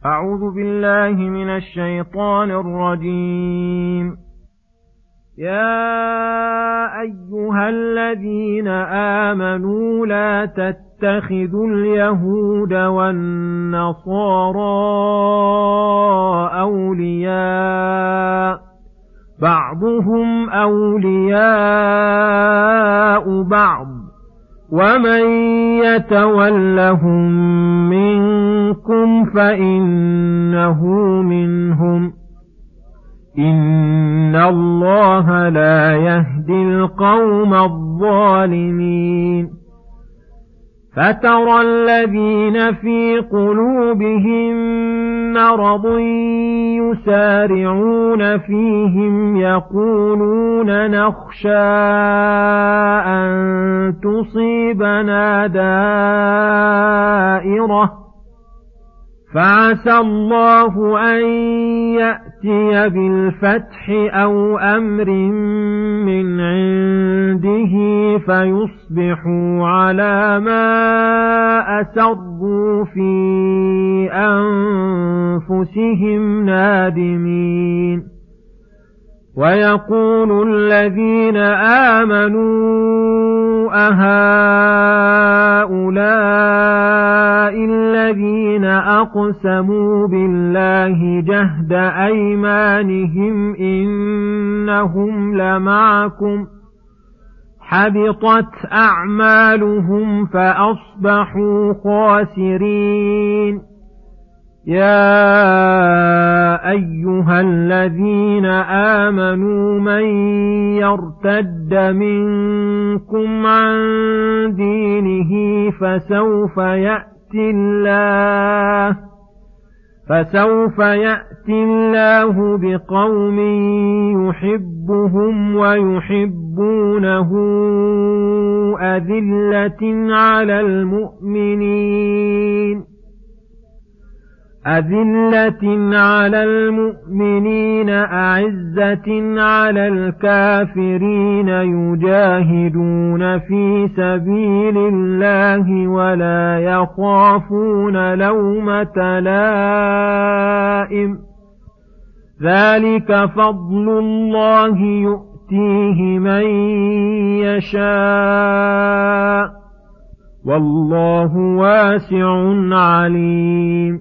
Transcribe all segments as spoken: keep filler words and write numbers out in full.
أعوذ بالله من الشيطان الرجيم. يا أيها الذين آمنوا لا تتخذوا اليهود والنصارى أولياء بعضهم أولياء بعض ومن يتولهم منكم فإنه منهم إن الله لا يهدي القوم الظالمين. فترى الذين في قلوبهم مرض يسارعون فيهم يقولون نخشى أن تصيبنا دائرة فعسى الله أن يأتي بالفتح أو أمر من عنده فيصبحوا على ما أسروا في أنفسهم نادمين. ويقول الذين آمنوا أهؤلاء الذين أقسموا بالله جهد أيمانهم إنهم لمعكم حبطت أعمالهم فأصبحوا خاسرين. يا أيها الذين آمنوا من يرتد منكم عن دينه فسوف يأتي الله فسوف يأتي الله بقوم يحبهم ويحبونه أذلة على المؤمنين أذلة على المؤمنين أعزة على الكافرين يجاهدون في سبيل الله ولا يخافون لومة لائم ذلك فضل الله يؤتيه من يشاء والله واسع عليم.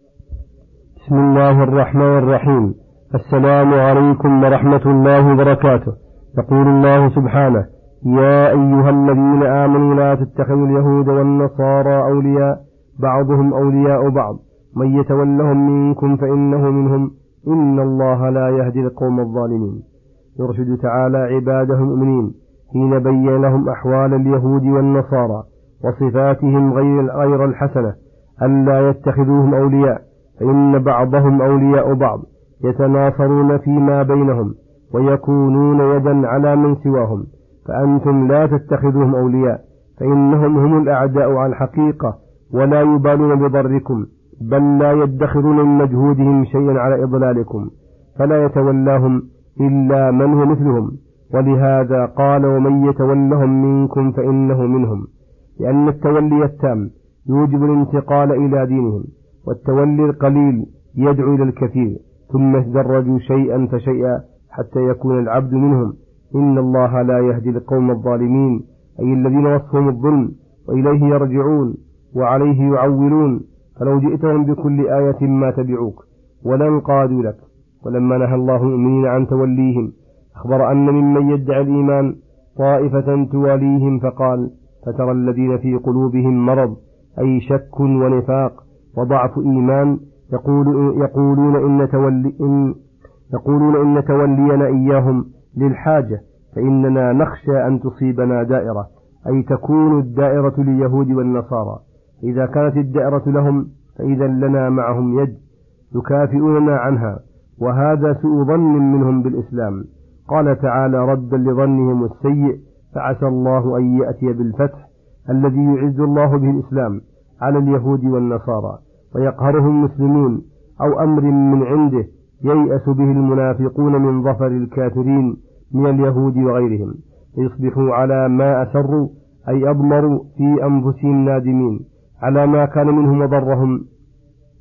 بسم الله الرحمن الرحيم. السلام عليكم ورحمة الله وبركاته. يقول الله سبحانه: يا أيها الذين آمنوا لا تتخذوا اليهود والنصارى أولياء بعضهم أولياء بعض من يتولهم منكم فإنه منهم إن الله لا يهدي القوم الظالمين. يرشد تعالى عباده المؤمنين حين بين لهم أحوال اليهود والنصارى وصفاتهم غير غير الحسنة ألا يتخذوهم أولياء، فإن بعضهم أولياء بعض يتناصرون فيما بينهم ويكونون يدا على من سواهم، فأنتم لا تتخذوهم أولياء فإنهم هم الأعداء على الحقيقة ولا يبالون بضركم، بل لا يدخرون من مجهودهم شيئا على إضلالكم، فلا يتولاهم إلا من هو مثلهم. ولهذا قال: ومن يتولهم منكم فإنه منهم، لأن التولي التام يوجب الانتقال إلى دينهم، والتولي القليل يدعو إلى الكثير، ثم يتدرج شيئا فشيئا حتى يكون العبد منهم. إن الله لا يهدي القوم الظالمين، أي الذين وصفهم الظلم وإليه يرجعون وعليه يعولون، فلو جئتهم بكل آية ما تبعوك ولا انقادوا لك. ولما نهى الله المؤمنين عن توليهم أخبر أن ممن يدعي الإيمان طائفة تواليهم فقال: فترى الذين في قلوبهم مرض، أي شك ونفاق وضعف إيمان، يقول يقولون إن تولي إن يقولون إن تولينا إياهم للحاجة، فإننا نخشى أن تصيبنا دائرة، أي تكون الدائرة لليهود والنصارى. إذا كانت الدائرة لهم فإذا لنا معهم يد يكافئوننا عنها، وهذا سوء ظن منهم بالإسلام. قال تعالى ردا لظنهم السيء: فعسى الله أن يأتي بالفتح الذي يعز الله به الإسلام على اليهود والنصارى ويقهرهم المسلمون، أو أمر من عنده ييأس به المنافقون من ظفر الكافرين من اليهود وغيرهم، فيصبحوا على ما أسروا أي أضمروا في أنفسهم نادمين على ما كان منهم وضرهم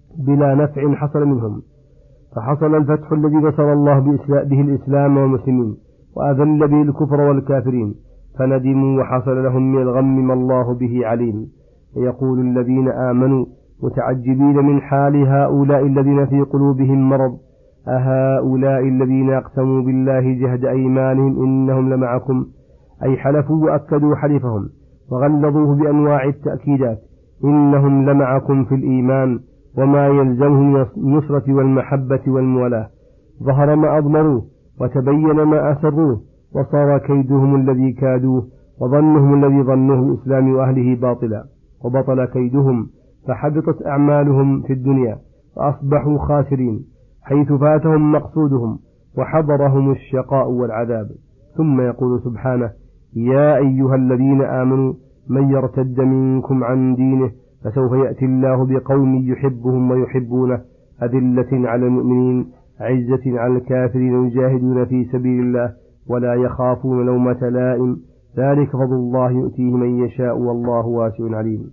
بلا نفع حصل منهم، فحصل الفتح الذي نصر الله به الإسلام والمسلمين وأذل به الكفر والكافرين، فندموا وحصل لهم من الغم ما الله به عليم. ويقول الذين آمنوا متعجبين من حال هؤلاء الذين في قلوبهم مرض أهؤلاء الذين أقسموا بالله جهد أيمانهم إنهم لمعكم، أي حلفوا وأكدوا حلفهم وغلظوه بأنواع التأكيدات، إنهم لمعكم في الإيمان وما يلزمهم النصرة والمحبة والمولاة، ظهر ما أضمروه وتبين ما أسروه، وصار كيدهم الذي كادوه وظنهم الذي ظنوه الإسلام وأهله باطلا، وبطل كيدهم فحبطت أعمالهم في الدنيا فأصبحوا خاسرين، حيث فاتهم مقصودهم وحضرهم الشقاء والعذاب. ثم يقول سبحانه: يا أيها الذين آمنوا من يرتد منكم عن دينه فسوف يأتي الله بقوم يحبهم ويحبونه أذلة على المؤمنين عزة على الكافرين يجاهدون في سبيل الله ولا يخافون لومة لائم، ذلك فضل الله يؤتيه من يشاء والله واسع عليم.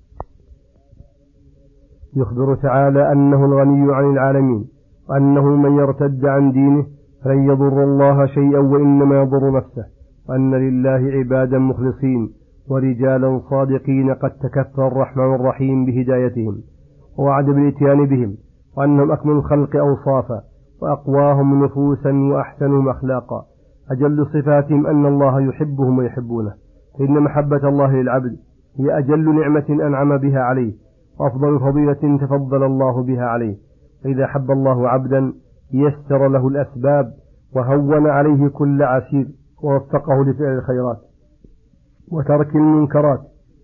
يخبر تعالى أنه الغني عن العالمين، وأنه من يرتد عن دينه فلن يضر الله شيئا وإنما يضر نفسه، وأن لله عبادا مخلصين ورجالا صادقين قد تكفى الرحمن الرحيم بهدايتهم ووعد بالاتيان بهم، وأنهم أكمل الخلق أوصافا وأقواهم نفوسا وأحسنهم أخلاقا. أجل صفاتهم أن الله يحبهم ويحبونه، فإن محبة الله للعبد هي أجل نعمة أنعم بها عليه وأفضل فضيلة تفضل الله بها عليه. فإذا حب الله عبدا يسر له الأسباب وهون عليه كل عسير ووفقه لفعل الخيرات وترك المنكرات،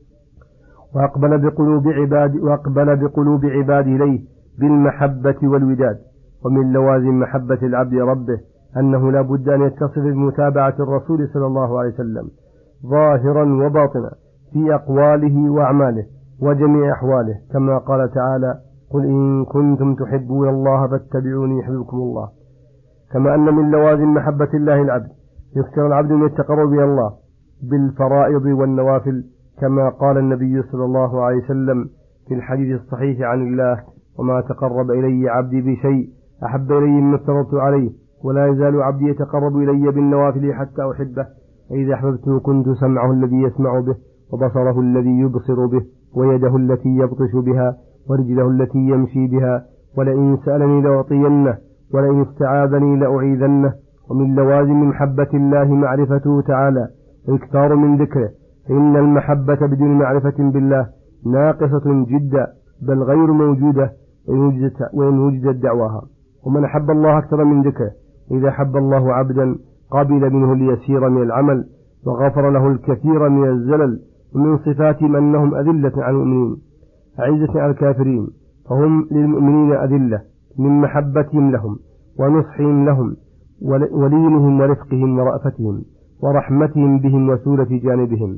وأقبل بقلوب عباد وأقبل بقلوب عباده إليه بالمحبة والوداد. ومن لوازم محبة العبد ربه أنه لا بد أن يتصف بمتابعة الرسول صلى الله عليه وسلم ظاهرا وباطنا في أقواله وأعماله وجميع أحواله، كما قال تعالى: قل إن كنتم تحبون الله فاتبعوني يحببكم الله. كما أن من لوازم محبة الله العبد يكثر العبد من التقرب إلى الله بالفرائض والنوافل، كما قال النبي صلى الله عليه وسلم في الحديث الصحيح عن الله: وما تقرب إلي عبدي بشيء أحب إلي مما افترضت عليه، ولا يزال عبدي يتقرب إلي بالنوافل حتى أحبه، فإذا أحببته كنت سمعه الذي يسمع به وبصره الذي يبصر به ويده التي يبطش بها ورجله التي يمشي بها، ولئن سألني لأعطينه ولئن استعاذني لأعيذنه. ومن لوازم محبة الله معرفته تعالى وإكثار من ذكره، فإن المحبة بدون معرفة بالله ناقصة جدا بل غير موجودة وإن وجدت دعواها. ومن أحب الله أكثر من ذكره، إذا حب الله عبدا قبل منه اليسير من العمل وغفر له الكثير من الزلل. ومن صفاتهم أنهم أذلة على المؤمنين أعزة على الكافرين، فهم للمؤمنين أذلة من محبتهم لهم ونصحهم لهم ولينهم ورفقهم ورأفتهم ورحمتهم بهم وسولة جانبهم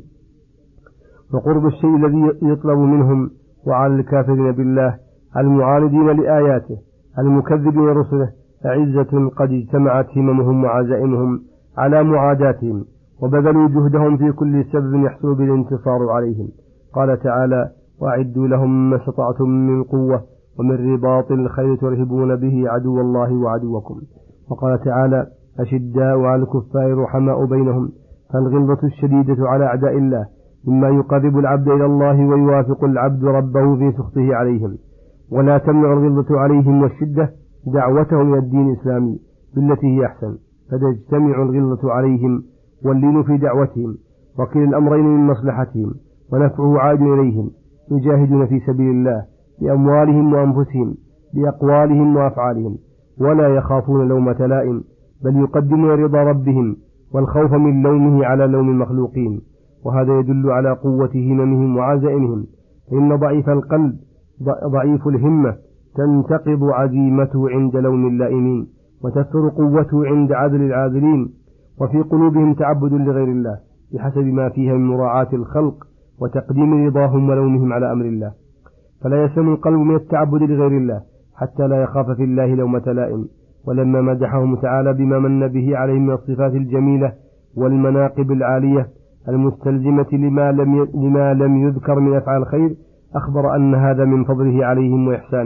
وقرب الشيء الذي يطلب منهم. وعلى الكافرين بالله المعارضين لآياته المكذبين لرسله أعزة قد اجتمعت هممهم وعزائمهم على معاداتهم وبذلوا جهدهم في كل سبب يحصل بالانتصار عليهم. قال تعالى: وأعدوا لهم ما استطعتم من قوة ومن رباط الخيل ترهبون به عدو الله وعدوكم. وقال تعالى: أشداء على الكفار رحماء بينهم، فالغلظة الشديدة على أعداء الله مما يقرب العبد إلى الله ويوافق العبد ربه في سخطه عليهم، ولا تمنع الغلظة عليهم والشدة دعوتهم إلى الدين الإسلامي بالتي هي أحسن، فتجتمع الغلظة عليهم واللين في دعوتهم، وكل الأمرين من مصلحتهم ونفعه عائد إليهم، يجاهدون في سبيل الله بأموالهم وأنفسهم بأقوالهم وأفعالهم، ولا يخافون لومة لائم، بل يقدمون رضا ربهم والخوف من لومه على لوم المخلوقين. وهذا يدل على قوة هممهم وعزائمهم، فإن ضعيف القلب ضعيف الهمة تنتقض عزيمته عند لوم اللائمين وتثر قوته عند عدل العادلين، وفي قلوبهم تعبد لغير الله بحسب ما فيها من مراعاة الخلق وتقديم رضاهم ولومهم على أمر الله. فلا يسلم القلب من التعبد لغير الله حتى لا يخاف في الله لومة لائم. ولما مدحهم تعالى بما من به عليهم من الصفات الجميلة والمناقب العالية المستلزمة لما لم لما لم يذكر من أفعال الخير، أخبر أن هذا من فضله عليهم وإحسانه،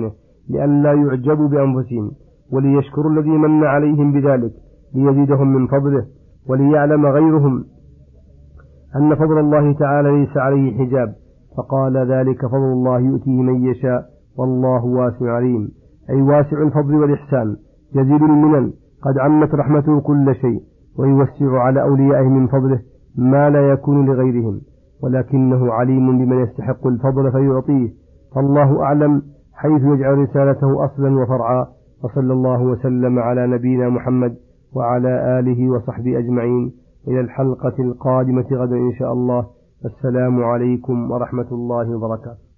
لئلا يعجبوا بأنفسهم، وليشكروا الذي من عليهم بذلك ليزيدهم من فضله، وليعلم غيرهم أن فضل الله تعالى ليس عليه حجاب، فقال ذلك فضل الله يؤتيه من يشاء والله واسع عليم، أي واسع الفضل والإحسان جزيل المنن، قد عمت رحمته كل شيء، ويوسع على أوليائه من فضله ما لا يكون لغيرهم، ولكنه عليم بمن يستحق الفضل فيعطيه، فالله أعلم حيث يجعل رسالته أصلا وفرعا. وصلى الله وسلم على نبينا محمد وعلى آله وصحبه أجمعين، إلى الحلقة القادمة غدا إن شاء الله. السلام عليكم ورحمة الله وبركاته.